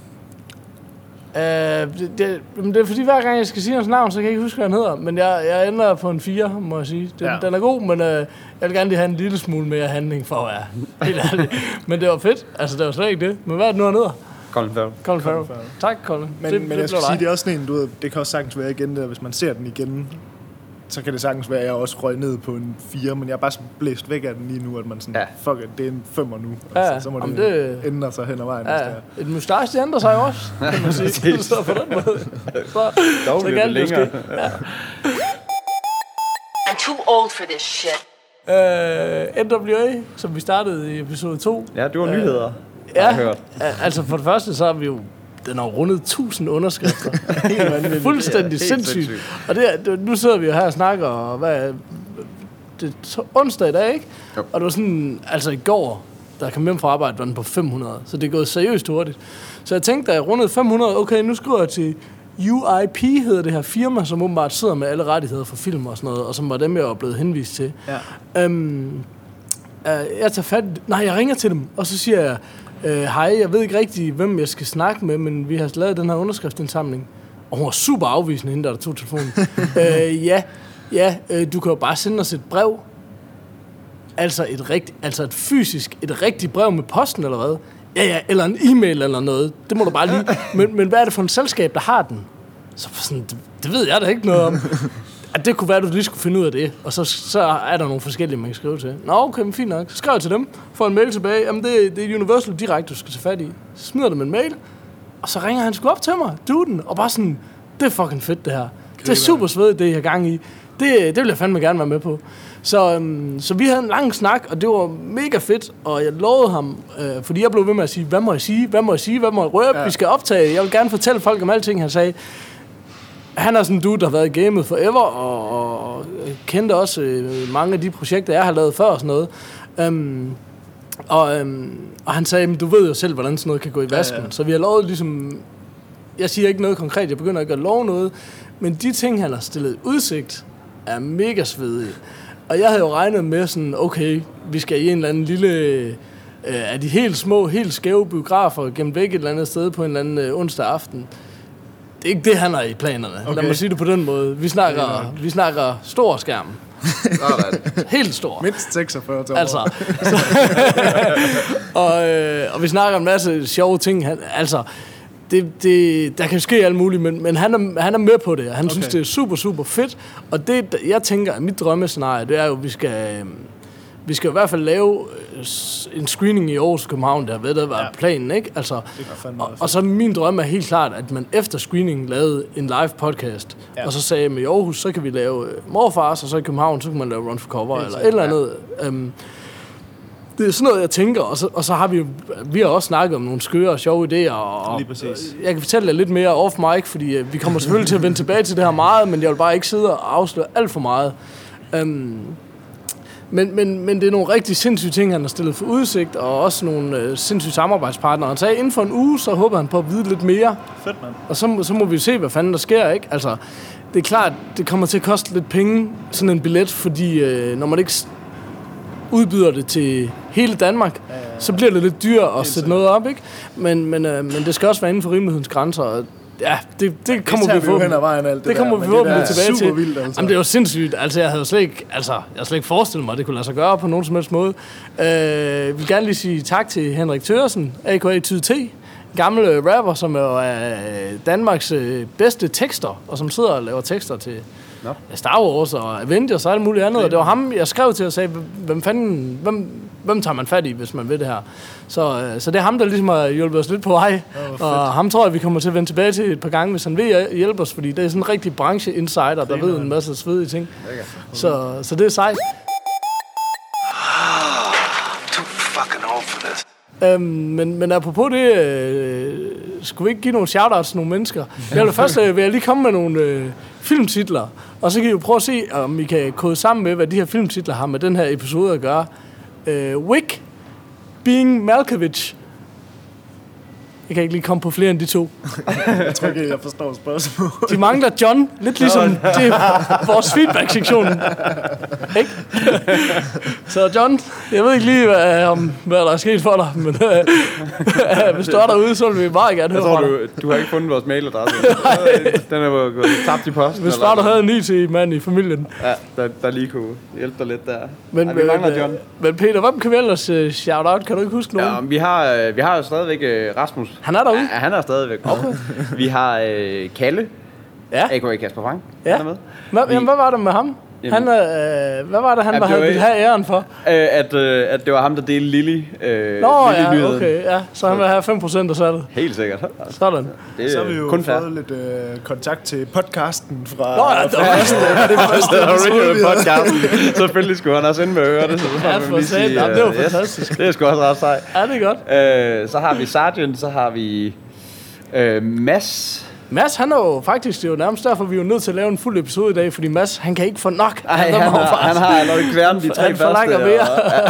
Speaker 3: Det er fordi, hver gang jeg skal sige hans navn, så kan jeg ikke huske, hvad han hedder. Men jeg ender på en 4, må jeg sige. Den er god, men jeg vil gerne lige have en lille smule mere handling for at være helt ærlig. Men det var fedt. Altså, det var slet ikke det. Men hvad er det nu, han hedder? Colin Farrell. Tak, Colin.
Speaker 4: Men jeg skal sige, det er også sådan en, du ved, det kan også sagtens være igen, der, hvis man ser den igen, så kan det sagtens være, at jeg også røg ned på en 4, men jeg er bare blæst væk af den lige nu, at man sådan, fuck it, det er en 5'er nu. Altså, så må det ændre sig hen ad vejen.
Speaker 3: Et mustache, det ændrer sig jo også, kan man sige. Så på den måde. Så kan det ske.
Speaker 6: I'm too old for this shit.
Speaker 3: NWA, som vi startede i episode 2.
Speaker 2: Ja, det var nyheder.
Speaker 3: Altså for det første, så har vi jo den har rundet 1000 underskrifter. Fuldstændig sindssygt. Og nu sidder vi jo her og snakker, og det er onsdag i dag, ikke?
Speaker 2: Jo.
Speaker 3: Og det var sådan, altså i går, da jeg kom hjem fra arbejde, var den på 500. Så det er gået seriøst hurtigt. Så jeg tænkte, da jeg rundede 500, okay, nu skriver jeg til UIP, hedder det her firma, som åbenbart sidder med alle rettigheder for film og sådan noget, og som var dem, jeg var blevet henvist til.
Speaker 4: Ja.
Speaker 3: Jeg tager fat... Nej, jeg ringer til dem, og så siger jeg, hej, jeg ved ikke rigtig, hvem jeg skal snakke med, men vi har lavet den her underskriftsindsamling. Og hun var super afvisende, hende der tog telefonen. Du kan jo bare sende os et brev. Altså et rigtigt brev med posten, eller hvad? Ja, eller en e-mail eller noget. Det må du bare lige... Men hvad er det for en selskab, der har den? Så sådan, det ved jeg da ikke noget om. At det kunne være, at du lige skulle finde ud af det. Og så er der nogle forskellige, man kan skrive til. Nå, okay, men fint nok. Så skriver jeg til dem, får en mail tilbage. Jamen, det er Universal direkte, du skal tage fat i. Så smider dem en mail, og så ringer han sgu op til mig, duden, og bare sådan, det er fucking fedt det her. Det er super svedigt, det jeg har gang i. Det vil jeg fandme gerne være med på. Så vi havde en lang snak, og det var mega fedt, og jeg lovede ham, fordi jeg blev ved med at sige, hvad må jeg sige, hvad må jeg røbe, vi skal optage, jeg vil gerne fortælle folk om alting, han sagde. Han er sådan en dude, der har været i gamet forever, og kendte også mange af de projekter, jeg har lavet før og sådan noget. Og han sagde, du ved jo selv, hvordan sådan noget kan gå i vasken. Ja. Så vi har lovet ligesom... Jeg siger ikke noget konkret, jeg begynder ikke at love noget, men de ting, han har stillet udsigt, er mega svedige. Og jeg havde jo regnet med sådan, okay, vi skal i en eller anden lille... af de helt små, helt skæve biografer gemt væk et eller andet sted på en eller anden onsdag aften. Det er ikke det, han har i planerne. Okay. Lad mig sige det på den måde. Vi snakker stor skærm. Helt stor.
Speaker 4: Mindst 46 tommer.
Speaker 3: Altså. Og vi snakker en masse sjove ting. Der kan ske alt muligt, men han er med på det, og han synes, det er super, super fedt. Og det, jeg tænker, at mit drømmescenarie, det er jo, at vi skal i hvert fald lave en screening i Aarhus København, der ved, der var planen, ikke? Altså, og så min drøm er helt klart, at man efter screeningen lavede en live podcast, og så sagde jeg med Aarhus, så kan vi lave Morfars, og så i København, så kan man lave Run for Cover, eller et eller andet. Det er sådan noget, jeg tænker, og så har vi har også snakket om nogle skøre og sjove idéer, og jeg kan fortælle jer lidt mere off mic, fordi vi kommer selvfølgelig til at vende tilbage til det her meget, men jeg vil bare ikke sidde og afsløre alt for meget. Men det er nogle rigtig sindssyge ting, han har stillet for udsigt, og også nogle sindssyge samarbejdspartnere. Han sagde, inden for en uge, så håber han på at vide lidt mere.
Speaker 4: Fedt, mand.
Speaker 3: Og så må vi se, hvad fanden der sker, ikke? Altså, det er klart, det kommer til at koste lidt penge, sådan en billet, fordi når man ikke udbyder det til hele Danmark, så bliver det lidt dyrt at sætte noget op, ikke? Men det skal også være inden for rimelighedens grænser, og ja, det kommer vi få. Det kommer vi forhåbentlig tilbage til. Vildt, altså. Jamen, det er jo sindssygt. Altså, jeg havde slet ikke forestillet mig, at det kunne lade sig gøre på nogen som helst måde. Jeg vil gerne lige sige tak til Henrik Thøresen, a.k.a. Tyd T, gammel rapper, som er Danmarks bedste tekster, og som sidder og laver tekster til Star Wars og Avengers og alt muligt andet. Og det var ham, jeg skrev til og sagde, hvem tager man fat i, hvis man vil det her? Så det er ham, der ligesom har hjulpet os lidt på vej. Og ham tror jeg, vi kommer til at vende tilbage til et par gange, hvis han vil hjælpe os, fordi det er sådan en rigtig branche-insider, der ved en masse svedige ting. Så det er sejt.
Speaker 5: Too fucking old for this.
Speaker 3: Men apropos det, skulle vi ikke give nogle shoutouts til nogle mennesker? Først vil jeg lige komme med nogle filmtitler, og så kan I jo prøve at se, om I kan kode sammen med, hvad de her filmtitler har med den her episode at gøre. Wick, Being Malkovich. Jeg kan ikke lige komme på flere end de to.
Speaker 4: Jeg tror ikke, jeg forstår spørgsmålet.
Speaker 3: De mangler John. Lidt ligesom det er vores feedback-sektion. Ikke? Så John, jeg ved ikke lige, hvad der er sket for dig, men hvis du er derude, så vil vi meget gerne høre fra dig.
Speaker 2: Du har ikke fundet vores mailadresse. Den er gået tabt i posten.
Speaker 3: Hvis bare du havde en IT-mand i familien.
Speaker 2: Ja, der lige kunne hjælpe dig lidt der.
Speaker 3: Men
Speaker 2: vi mangler John.
Speaker 3: Men Peter, hvem kan vi ellers shout-out? Kan du ikke huske nogen?
Speaker 2: Ja, vi har jo stadigvæk Rasmus.
Speaker 3: Han er derude?
Speaker 2: Ja, han er stadigvæk. Okay. Vi har Kalle, a.k.a. Kasper Frank.
Speaker 3: Ja.
Speaker 2: Han er med.
Speaker 3: Jamen, hvad var det med ham? Han, hvad var det, han ville have æren for?
Speaker 2: At det var ham, der delte Lily.
Speaker 3: Okay, ja. Så han vil have 5% af salget.
Speaker 2: Helt sikkert.
Speaker 3: Sådan.
Speaker 4: Så har vi jo kun fået lidt kontakt til podcasten fra...
Speaker 3: det var
Speaker 2: podcasten. Selvfølgelig skulle han også ind med at høre det. Så
Speaker 3: det var fantastisk.
Speaker 2: Det er sgu også ret sej.
Speaker 3: Ja, det er godt.
Speaker 2: Så har vi Sergeant, så har vi Mads.
Speaker 3: Mads, han er jo faktisk, det er jo nærmest derfor, vi er jo nødt til at lave en fuld episode i dag, fordi Mads, han kan ikke få nok.
Speaker 2: Ej, han har allerede kværnet de 3
Speaker 3: han
Speaker 2: første.
Speaker 3: mere.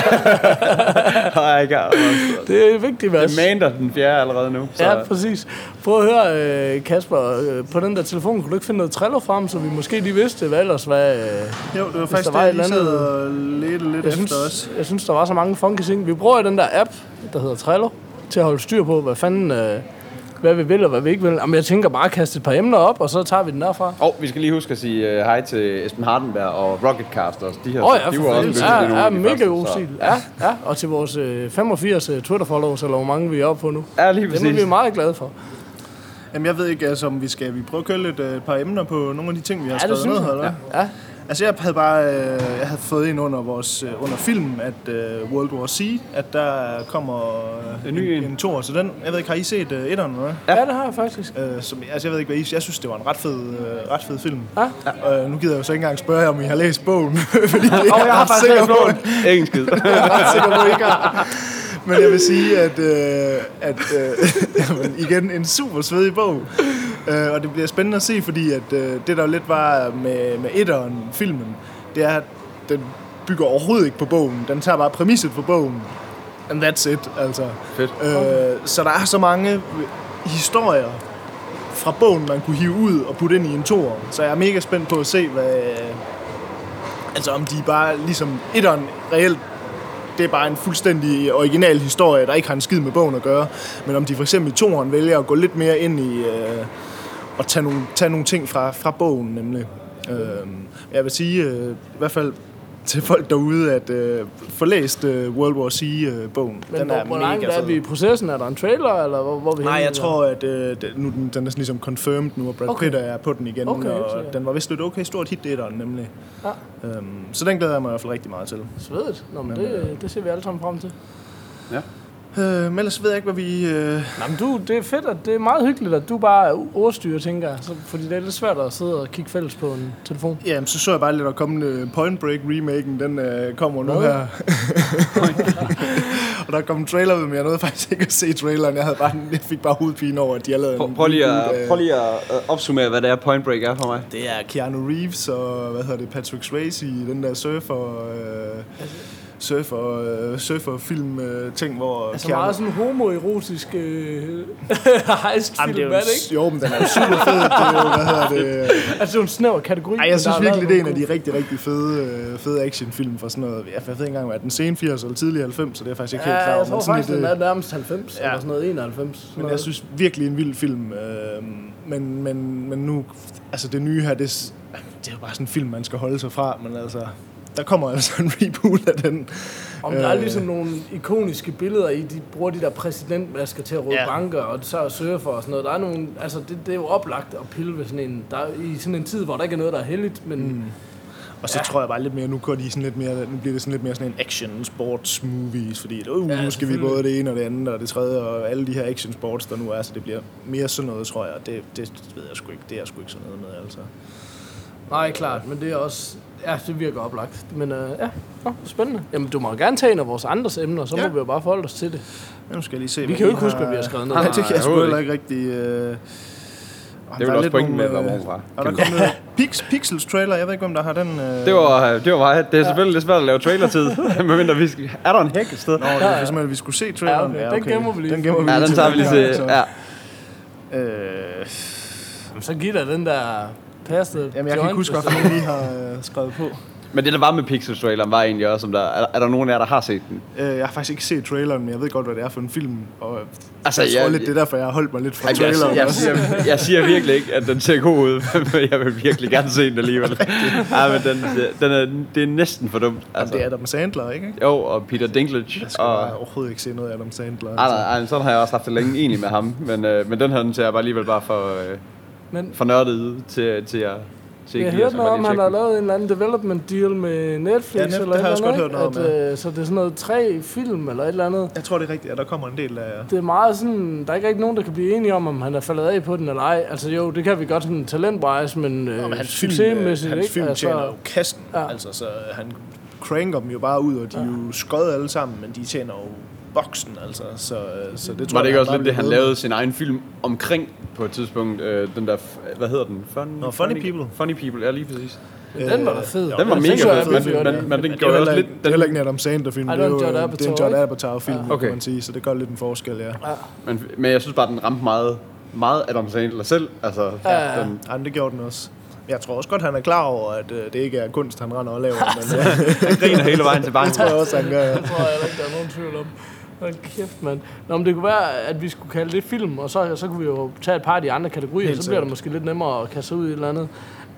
Speaker 3: Det er vigtigt, Mads.
Speaker 2: Det mander den 4. allerede nu. Så.
Speaker 3: Ja, præcis. Prøv at høre, Kasper, på den der telefon, kunne du ikke finde noget Trello frem, så vi måske lige vidste, hvad ellers var...
Speaker 4: Jo, det var faktisk det, jeg sad og ledte lidt efter os.
Speaker 3: Jeg synes, der var så mange funky ting. Vi bruger den der app, der hedder Trello, til at holde styr på, hvad fanden... hvad vi vil og hvad vi ikke vil. Jamen, jeg tænker bare at kaste et par emner op, og så tager vi den derfra.
Speaker 2: Vi skal lige huske at sige hej til Esben Hardenberg og Rocketcast også. De her,
Speaker 3: ja,
Speaker 2: de var også
Speaker 3: ja, mega god stil. Ja, og til vores 85 Twitter-followers, eller hvor mange vi er oppe på nu.
Speaker 2: Ja, lige præcis.
Speaker 3: Det er vi meget glade for.
Speaker 4: Jamen, jeg ved ikke, altså, om vi prøver at køle et par emner på nogle af de ting, vi har skrevet ned her, eller?
Speaker 3: Ja.
Speaker 4: Altså, jeg havde fået ind under filmen, at World War C, at der kommer en toer til den. Jeg ved ikke, har I set etteren, eller hvad?
Speaker 3: Ja, det har jeg faktisk.
Speaker 4: Jeg ved ikke, hvad I... Jeg synes, det var en ret fed film. Ja. Nu gider jeg jo så ikke engang spørge jer, om I har læst bogen. Fordi jeg
Speaker 3: har faktisk læst bogen.
Speaker 2: Ingen skid.
Speaker 4: Jeg er ret sikker på, ikke har. Men jeg vil sige, at jamen, igen, en super svedig bog. Og det bliver spændende at se, fordi at, det der lidt var med etteren, filmen, det er, at den bygger overhovedet ikke på bogen. Den tager bare præmisset for bogen. And that's it, altså.
Speaker 2: Fedt.
Speaker 4: Så der er så mange historier fra bogen, man kunne hive ud og putte ind i en toer. Så jeg er mega spændt på at se, om de bare ligesom etteren reelt, det er bare en fuldstændig original historie, der ikke har en skid med bogen at gøre. Men om de for eksempel i toeren vælger at gå lidt mere ind i og tage nogle ting fra bogen, nemlig. Jeg vil sige, i hvert fald til folk derude, at få læst World War C-bogen.
Speaker 3: Men
Speaker 4: den er
Speaker 3: hvor
Speaker 4: mega
Speaker 3: langt er
Speaker 4: fed.
Speaker 3: vi i processen? Er der en trailer, eller hvor vi
Speaker 4: Nej,
Speaker 3: henne?
Speaker 4: jeg tror, at nu den er sådan ligesom confirmed nu, og Brad Pitt er på den igen.
Speaker 3: Okay,
Speaker 4: og den var vist et okay stort hit, det nemlig. Ja. Så den glæder jeg mig i hvert fald rigtig meget til.
Speaker 3: Svedigt. Nå, men det ser vi alle sammen frem til.
Speaker 2: Ja.
Speaker 4: Men ellers ved jeg ikke, hvad vi...
Speaker 3: Nej, men det er fedt, at det er meget hyggeligt, at du bare er ordstyrer, tænker jeg. Fordi det er lidt svært at sidde og kigge fælles på en telefon.
Speaker 4: Jamen, så jeg bare lidt at komme Point Break remaken, den kommer nu her. Og der kom en trailer ud, men jeg nåede faktisk ikke at se traileren. Jeg fik bare hovedpine over, at de alle...
Speaker 2: Prøv lige at opsummere, hvad det er Point Break er for mig.
Speaker 4: Det er Keanu Reeves og, Patrick Swayze i den der surfer-film ting, hvor...
Speaker 3: Altså meget sådan homoerotisk heistfilm, er det ikke?
Speaker 4: Jo, men den er jo super fed. Det er jo,
Speaker 3: Altså en snæver kategori.
Speaker 4: Ej, jeg synes virkelig, det er en af de rigtig, rigtig fede actionfilm fra sådan noget. Jeg ved ikke engang, hvad den sene 80'er eller tidlige 90'er, så det er faktisk ikke helt klar.
Speaker 3: Jeg tror faktisk, den er nærmest 90 eller sådan noget, 91.
Speaker 4: Men jeg synes virkelig en vild film. Men nu, altså det nye her, det er jo bare sådan en film, man skal holde sig fra, men altså... Der kommer altså en reboot af den.
Speaker 3: Om der er ligesom nogle ikoniske billeder i, de bruger de der præsidentmasker til at råbe banker, og så er surfer og sådan noget. Der er nogle, altså det er jo oplagt at pille ved sådan en, der er i sådan en tid, hvor der ikke er noget, der er heldigt, men...
Speaker 4: Og så tror jeg bare lidt mere, nu bliver det sådan lidt mere sådan en action sports movies, fordi nu skal vi både det ene og det andet og det tredje, og alle de her action sports, der nu er, så det bliver mere sådan noget, tror jeg. Det ved jeg sgu ikke, det er sgu ikke sådan noget med, altså.
Speaker 3: Nej, klart, men det er også... Ja, det virker oplagt. Men spændende. Jamen, du må gerne tage en af vores andres emner, så må vi jo bare forholde os til det.
Speaker 4: Ja, nu skal jeg lige se,
Speaker 3: vi kan jo ikke huske, hvad vi har skrevet ned.
Speaker 4: Nej, det kan jeg sgu heller ikke rigtig...
Speaker 2: Det er jo også pointen med, hvad fra.
Speaker 4: Og der kommer Pixels trailer, jeg ved ikke, hvem der har den...
Speaker 2: Det var mig. Det er selvfølgelig lidt svært at lave trailertid, medmindre vi skal... Er der en hæk et sted?
Speaker 4: Nå, det er simpelthen, at vi skulle se traileren.
Speaker 3: Ja, okay. Den gemmer vi lige.
Speaker 4: Den gemmer vi
Speaker 2: lige. Ja, den tager vi lige til... Ja.
Speaker 3: Så giv dig den der...
Speaker 4: Jamen, jeg kan ikke huske, hvad jeg lige har skrevet på.
Speaker 2: Men det, der var med Pixels-traileren, var egentlig også, om er der nogen af jer, der har set den?
Speaker 4: Jeg har faktisk ikke set traileren, men jeg ved godt, hvad det er for en film. Og
Speaker 2: altså,
Speaker 4: jeg tror lidt, det er derfor, jeg har holdt mig lidt fra traileren.
Speaker 2: Jeg siger virkelig ikke, at den ser god ud, men jeg vil virkelig gerne se den alligevel. Ja, men det er næsten for dumt.
Speaker 4: Altså. Det er Adam Sandler, ikke?
Speaker 2: Jo, og Peter Dinklage.
Speaker 4: Jeg skal overhovedet ikke se noget af Adam Sandler.
Speaker 2: Altså. Nej, sådan har jeg også haft det længe egentlig med ham. Men den her, den ser jeg bare alligevel bare for nørdet til at...
Speaker 3: Jeg har hørt noget om, han har lavet en eller anden development deal med Netflix eller et eller andet, så det er sådan noget 3 film eller et eller andet.
Speaker 4: Jeg tror, det er rigtigt, at der kommer en del af...
Speaker 3: Det er meget sådan, der er ikke rigtig nogen, der kan blive enige om han er faldet af på den eller ej. Altså jo, det kan vi godt sådan talent-wise, men succesmæssigt,
Speaker 4: hans film tjener jo kassen, altså så han cranker dem jo bare ud, og de er jo skøjet alle sammen, men de tjener jo boksen, altså. Så det tror
Speaker 2: Var det ikke
Speaker 4: jeg,
Speaker 2: også lidt det, han
Speaker 4: lavede
Speaker 2: lavede sin egen film omkring på et tidspunkt? Den der, hvad hedder den?
Speaker 4: Funny People.
Speaker 2: Funny People, ja, lige præcis.
Speaker 3: Den var da fed.
Speaker 2: Den var mega fed, men den gjorde også lidt...
Speaker 4: Det er heller ikke en Adam Sandler-film,
Speaker 3: Ej,
Speaker 4: det er jo
Speaker 3: Judd
Speaker 4: det er en Judd Apatow-film,
Speaker 2: Okay.
Speaker 4: kan man sige, så det gør lidt en forskel, ja.
Speaker 2: Men jeg synes bare, den ramte meget Adam Sandler selv. Altså, den,
Speaker 4: Ja, men det gjorde den også. Jeg tror også godt, han er klar over, at det ikke er kunst, han render og laver, men
Speaker 2: han griner hele vejen til
Speaker 4: det
Speaker 2: banken.
Speaker 4: tror jeg også, han gør, ja.
Speaker 3: Det tror jeg ikke, der er nogen tvivl om. Hold kæft, mand. Nå, men det kunne være, at vi skulle kalde det film, og så kunne vi jo tage et par af de andre kategorier,
Speaker 4: Helt
Speaker 3: så bliver det måske lidt nemmere at kaste ud i et eller andet.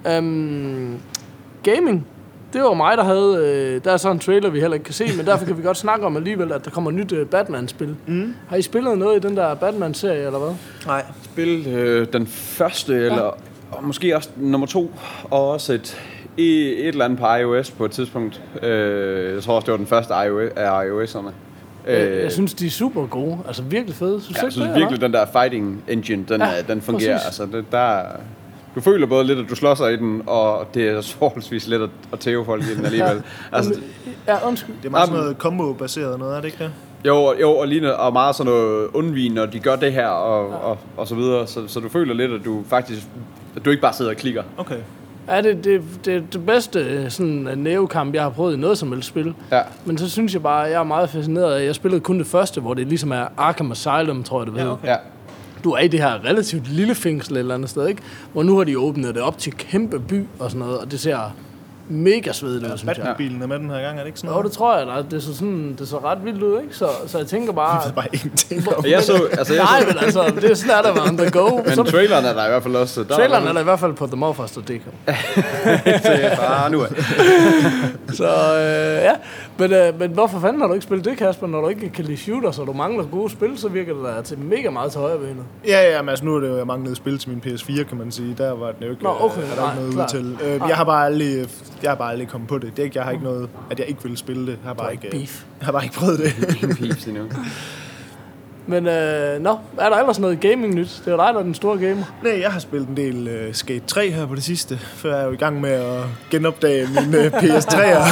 Speaker 3: Gaming. Det var mig, der havde... der er så en trailer, vi heller ikke kan se, men derfor kan vi godt snakke om alligevel, at der kommer et nyt Batman-spil. Mm. Har I spillet noget i den der Batman-serie, eller hvad?
Speaker 4: Nej.
Speaker 2: Spil den første, eller og måske også nummer 2, og også et eller andet på iOS på et tidspunkt. Jeg tror også, det var den første af iOS'erne.
Speaker 3: Jeg synes, de er super gode. Altså virkelig fede.
Speaker 2: Jeg synes virkelig, den der fighting engine, den fungerer. Altså, du føler både lidt, at du slår sig i den, og det er forholdsvis let at tæve folk i den alligevel. Altså,
Speaker 3: undskyld.
Speaker 4: Det er meget sådan noget combo-baseret noget, er det ikke det?
Speaker 2: Jo, og meget sådan noget undvigende, når de gør det her, og så videre. Så du føler lidt, at du faktisk at du ikke bare sidder og klikker.
Speaker 4: Okay.
Speaker 3: Ja, det bedste sådan nævekamp, jeg har prøvet i noget som helst spil.
Speaker 2: Ja.
Speaker 3: Men så synes jeg bare, jeg er meget fascineret af, jeg spillede kun det første, hvor det ligesom er Arkham Asylum, tror jeg det hedder.
Speaker 2: Ja.
Speaker 3: Du er i det her relativt lille fængsel et eller andet sted, ikke? Hvor nu har de åbnet det op til kæmpe by og sådan noget, og det ser mega svedigt ud, synes jeg.
Speaker 4: Batman-bilen er med den her gang, er det ikke sådan
Speaker 3: Jo,
Speaker 4: noget?
Speaker 3: det tror jeg da. Det så ret vildt ud, ikke? Så jeg tænker bare...
Speaker 4: Jeg ved bare ingenting om.
Speaker 3: Nej, men altså, det er sådan, der var on the go.
Speaker 2: Men traileren er der i hvert fald også.
Speaker 3: Traileren er der i hvert fald på TheMorphers.dk.
Speaker 2: Så bare nu
Speaker 3: Så ja, men hvorfor fanden har du ikke spillet det, Kasper? Når du ikke kan lide shooters, og du mangler gode spil, så virker det da til mega meget til højrebenet.
Speaker 4: Ja, men altså nu er det jo, jeg manglede spil til min PS4, kan man sige. Der var den jo ikke,
Speaker 3: Nå, okay,
Speaker 4: er der ikke noget ud til. Jeg har bare aldrig kommet på det. Det er ikke, jeg har ikke noget, at jeg ikke ville spille det. Jeg har bare ikke prøvet det.
Speaker 2: Ingen peeps endnu.
Speaker 4: Men
Speaker 3: er der ellers noget gaming-nyt? Det er dig, der er den store gamer.
Speaker 4: Nej, jeg har spillet en del Skate 3 her på det sidste, før jeg er jo i gang med at genopdage min PS3'er.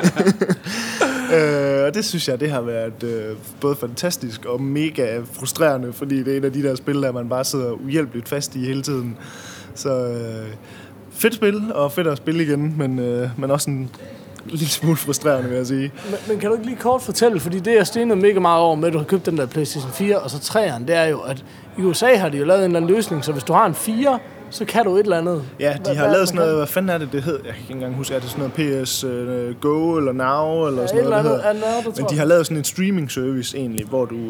Speaker 4: Og det synes jeg, det har været både fantastisk og mega frustrerende, fordi det er en af de der spil, der man bare sidder uhjælpeligt fast i hele tiden. Så fedt spil, og fedt at spille igen, men også en lille smule frustrerende, vil jeg sige.
Speaker 3: Men kan du ikke lige kort fortælle, fordi det jeg stenede mega meget over med, at du har købt den der PlayStation 4 og så 3'eren, det er jo, at i USA har de jo lavet en eller anden løsning, så hvis du har en 4, så kan du et eller andet.
Speaker 4: Ja, de har lavet sådan noget, hvad fanden er det hed? Jeg kan ikke engang huske, er det sådan noget PS Go eller Now eller sådan noget, det hedder. Men de har lavet sådan en streaming service egentlig, hvor du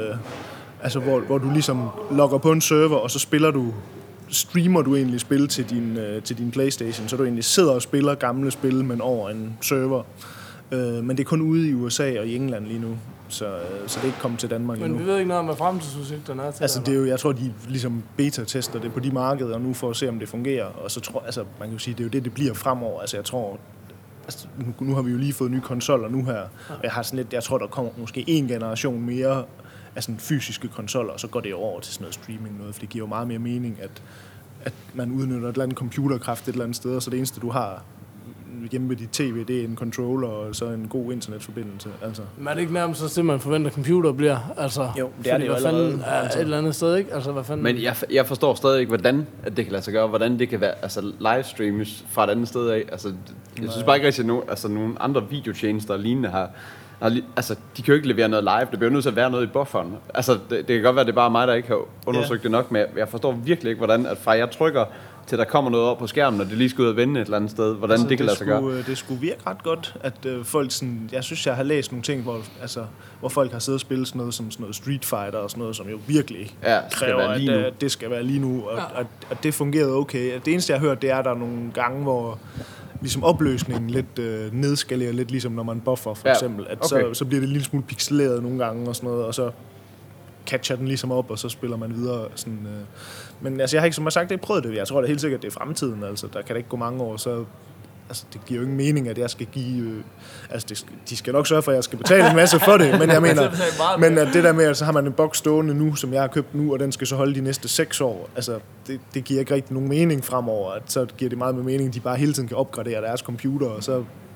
Speaker 4: hvor du ligesom logger på en server, og så streamer du egentlig spil til din PlayStation, så du egentlig sidder og spiller gamle spil, men over en server. Men det er kun ude i USA og i England lige nu, så det er ikke kommet til Danmark endnu.
Speaker 3: Men vi ved ikke noget om, hvad fremtidsudsigterne er til.
Speaker 4: Altså, det er jo, jeg tror, de ligesom beta-tester det på de markeder nu for at se, om det fungerer. Og så tror man kan jo sige, det er jo det bliver fremover. Altså, jeg tror, nu har vi jo lige fået nye konsoller nu her. Og jeg har sådan lidt, jeg tror, der kommer måske en generation mere af sådan fysiske konsoller, og så går det over til sådan noget streaming noget, for det giver jo meget mere mening, at man udnytter et eller andet computerkraft et eller andet sted, og så det eneste, du har hjemme ved dit tv, det er en controller og så en god internetforbindelse. Altså.
Speaker 3: Men er det ikke nærmest så det, man forventer, at computer bliver? Altså,
Speaker 4: jo, det er det jo allerede.
Speaker 3: Altså. Et eller andet sted, ikke? Altså, hvad fanden?
Speaker 2: Men jeg forstår stadig ikke, hvordan at det kan lade sig gøre, hvordan det kan være livestreames fra et andet sted af. Altså, jeg synes bare ikke rigtig, at nogle andre videotjenester lignende har... Altså, de kan jo ikke levere noget live. Det bliver nødt til at være noget i bufferen. Altså, det kan godt være, det er bare mig, der ikke har undersøgt det nok, men jeg forstår virkelig ikke, hvordan at fra jeg trykker til der kommer noget op på skærmen, og det lige skal ud og vende et eller andet sted, hvordan altså, det kan lade sig gøre.
Speaker 4: Det skulle virke ret godt, at folk sådan... Jeg synes, jeg har læst nogle ting, hvor folk har siddet og spillet sådan noget Street Fighter og sådan noget, som jo virkelig kræver, at det skal være lige nu, og at det fungerede okay. Det eneste, jeg har hørt, det er, at der er nogle gange, hvor ligesom opløsningen lidt nedskalerer lidt, ligesom når man buffer for eksempel, at så bliver det en lille smule pixeleret nogle gange og sådan noget, og så catcher den ligesom op, og så spiller man videre sådan... Men altså, jeg har ikke, som jeg sagt, ikke prøvet det. Jeg tror da helt sikkert, det er fremtiden. Altså, der kan da ikke gå mange år, så... Altså, det giver jo ingen mening, at jeg skal give... de skal nok sørge for, at jeg skal betale en masse for det, men jeg mener... Men at det der med, at så har man en boks stående nu, som jeg har købt nu, og den skal så holde de næste 6 år. Altså, det giver ikke rigtig nogen mening fremover. At så giver det meget med mening, at de bare hele tiden kan opgradere deres computer, og så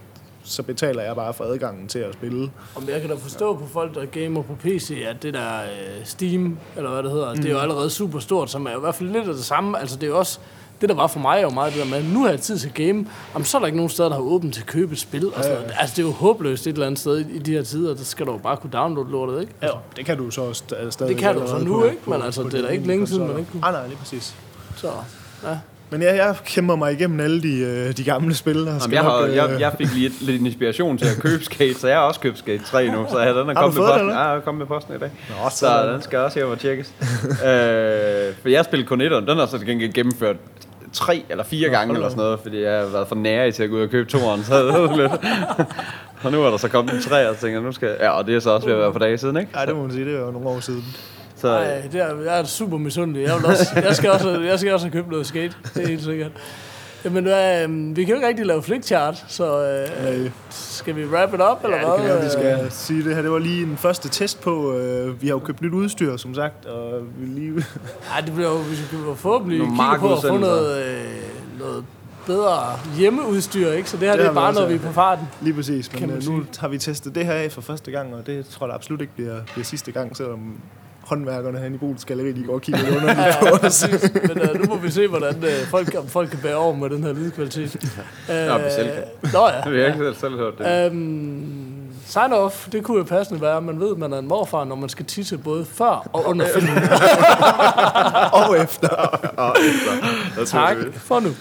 Speaker 4: så betaler jeg bare for adgangen til at spille.
Speaker 3: Om jeg kan da forstå på folk, der gamer på PC, at det der Steam, eller hvad det hedder, det er jo allerede super stort, som er jo i hvert fald lidt af det samme. Altså det er jo også, det der var for mig jo meget det der med, nu har jeg tid til at game, jamen, så er der ikke nogen steder, der har åbent til at købe et spil. Og sådan noget. Altså det er jo håbløst et eller andet sted i de her tider, der skal du jo bare kunne downloade lortet, ikke?
Speaker 4: Ja, det kan du så stadig.
Speaker 3: Det kan du så nu, ikke? Men altså, det er da ikke længe siden, man ikke kunne.
Speaker 4: Nej, lige præcis.
Speaker 3: Så, ja.
Speaker 4: Men jeg kæmper mig igennem alle de gamle spil.
Speaker 2: Jeg fik lige lidt inspiration til at købe Skate, så jeg har også købt Skate 3 nu, så den er kommet med posten. Ja, jeg er kommet med posten i dag.
Speaker 4: Nå,
Speaker 2: så den skal også her og tjekkes. For jeg spillede kun 1'eren, den har så gennemført 3 eller 4 gange eller sådan noget, fordi jeg har været for nære til at gå ud og købe 2'eren, så det lidt. Og nu er der så kommet en 3, og så tænker jeg, nu skal ja, og det er så også ved at være på dage siden, ikke?
Speaker 4: Nej, det må man sige, det er jo nogle år siden.
Speaker 3: Så, ej, jeg er super misundelig. Jeg skal også have købt noget Skate, det er helt sikkert. Jamen, vi kan jo ikke rigtig lave flickchart, så skal vi wrap it up, eller hvad?
Speaker 4: Ja, vi skal sige det her. Det var lige en første test på, vi har jo købt nyt udstyr, som sagt, og vi lige...
Speaker 3: Ej, det bliver jo, vi skal jo forhåbentlig kigge på at få noget bedre hjemmeudstyr, ikke? Så det her det er bare, når vi er på farten.
Speaker 4: Lige præcis, men nu har vi testet det her af for første gang, og det tror jeg absolut ikke bliver sidste gang, selvom håndværkerne herinde i Bols Galleri, de går og kigger lidt underligt på os.
Speaker 3: Men nu må vi se, hvordan folk kan bære over med den her lydkvalitet.
Speaker 2: Nå, vi selv kan.
Speaker 3: Nå ja.
Speaker 2: Vi har ikke selv hørt det.
Speaker 3: Sign off, det kunne jo passende være, at man ved, at man er en morfar, når man skal tisse både før og under filmen.
Speaker 4: Og efter.
Speaker 3: Tak for nu.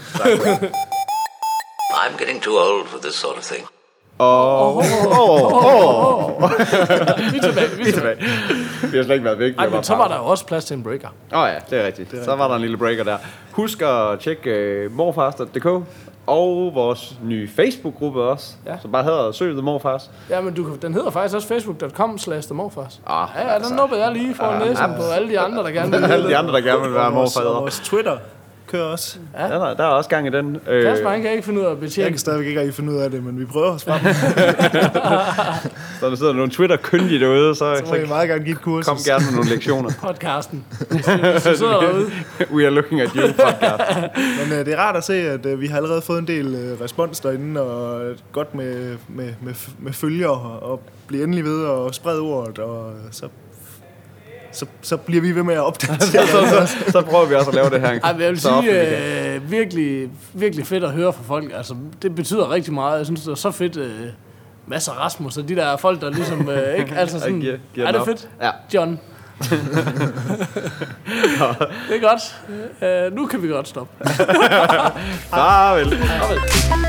Speaker 7: I'm getting too old for this sort of thing.
Speaker 3: Vi er tilbage.
Speaker 2: Vi har slet ikke været væk.
Speaker 3: Ej, men så var der jo også plads til en breaker.
Speaker 2: Ja, det er rigtigt. Så var der en lille breaker der. Husk at tjekke morfars.dk og vores nye Facebook-gruppe også, som bare hedder Søg The Morfars.
Speaker 3: Ja, men den hedder faktisk også facebook.com/themorfars.
Speaker 2: Ja,
Speaker 3: den nubbede jeg lige for at læse på alle de andre, der gerne vil.
Speaker 2: Alle de andre, der gerne vil være morfader.
Speaker 4: Vores Twitter kører også.
Speaker 2: Ja, der er også gang i den.
Speaker 3: Kasper, han kan ikke finde ud af at betjene.
Speaker 4: Jeg kan stadigvæk ikke rigtig finde ud af det, men vi prøver os frem.
Speaker 2: Så der sidder nogle Twitter-kyndige derude, så
Speaker 4: må I meget gerne give et kursus.
Speaker 2: Kom gerne med nogle lektioner.
Speaker 3: Podcasten. Hvis du sidder derude.
Speaker 2: We are looking at you, podcast.
Speaker 4: Men det er rart at se, at vi har allerede fået en del respons derinde, og godt med følger, og bliver endelig ved at sprede ordet, og så bliver vi ved med at opdatere.
Speaker 2: så prøver vi også at lave det her.
Speaker 3: Ej, jeg vil sige, virkelig, virkelig fedt at høre fra folk. Altså, det betyder rigtig meget. Jeg synes, det er så fedt. Masser af Rasmus og de der folk, der ligesom... ikke? Altså sådan, er det fedt?
Speaker 2: Ja.
Speaker 3: John. Det er godt. Nu kan vi godt stoppe.
Speaker 2: Farvel.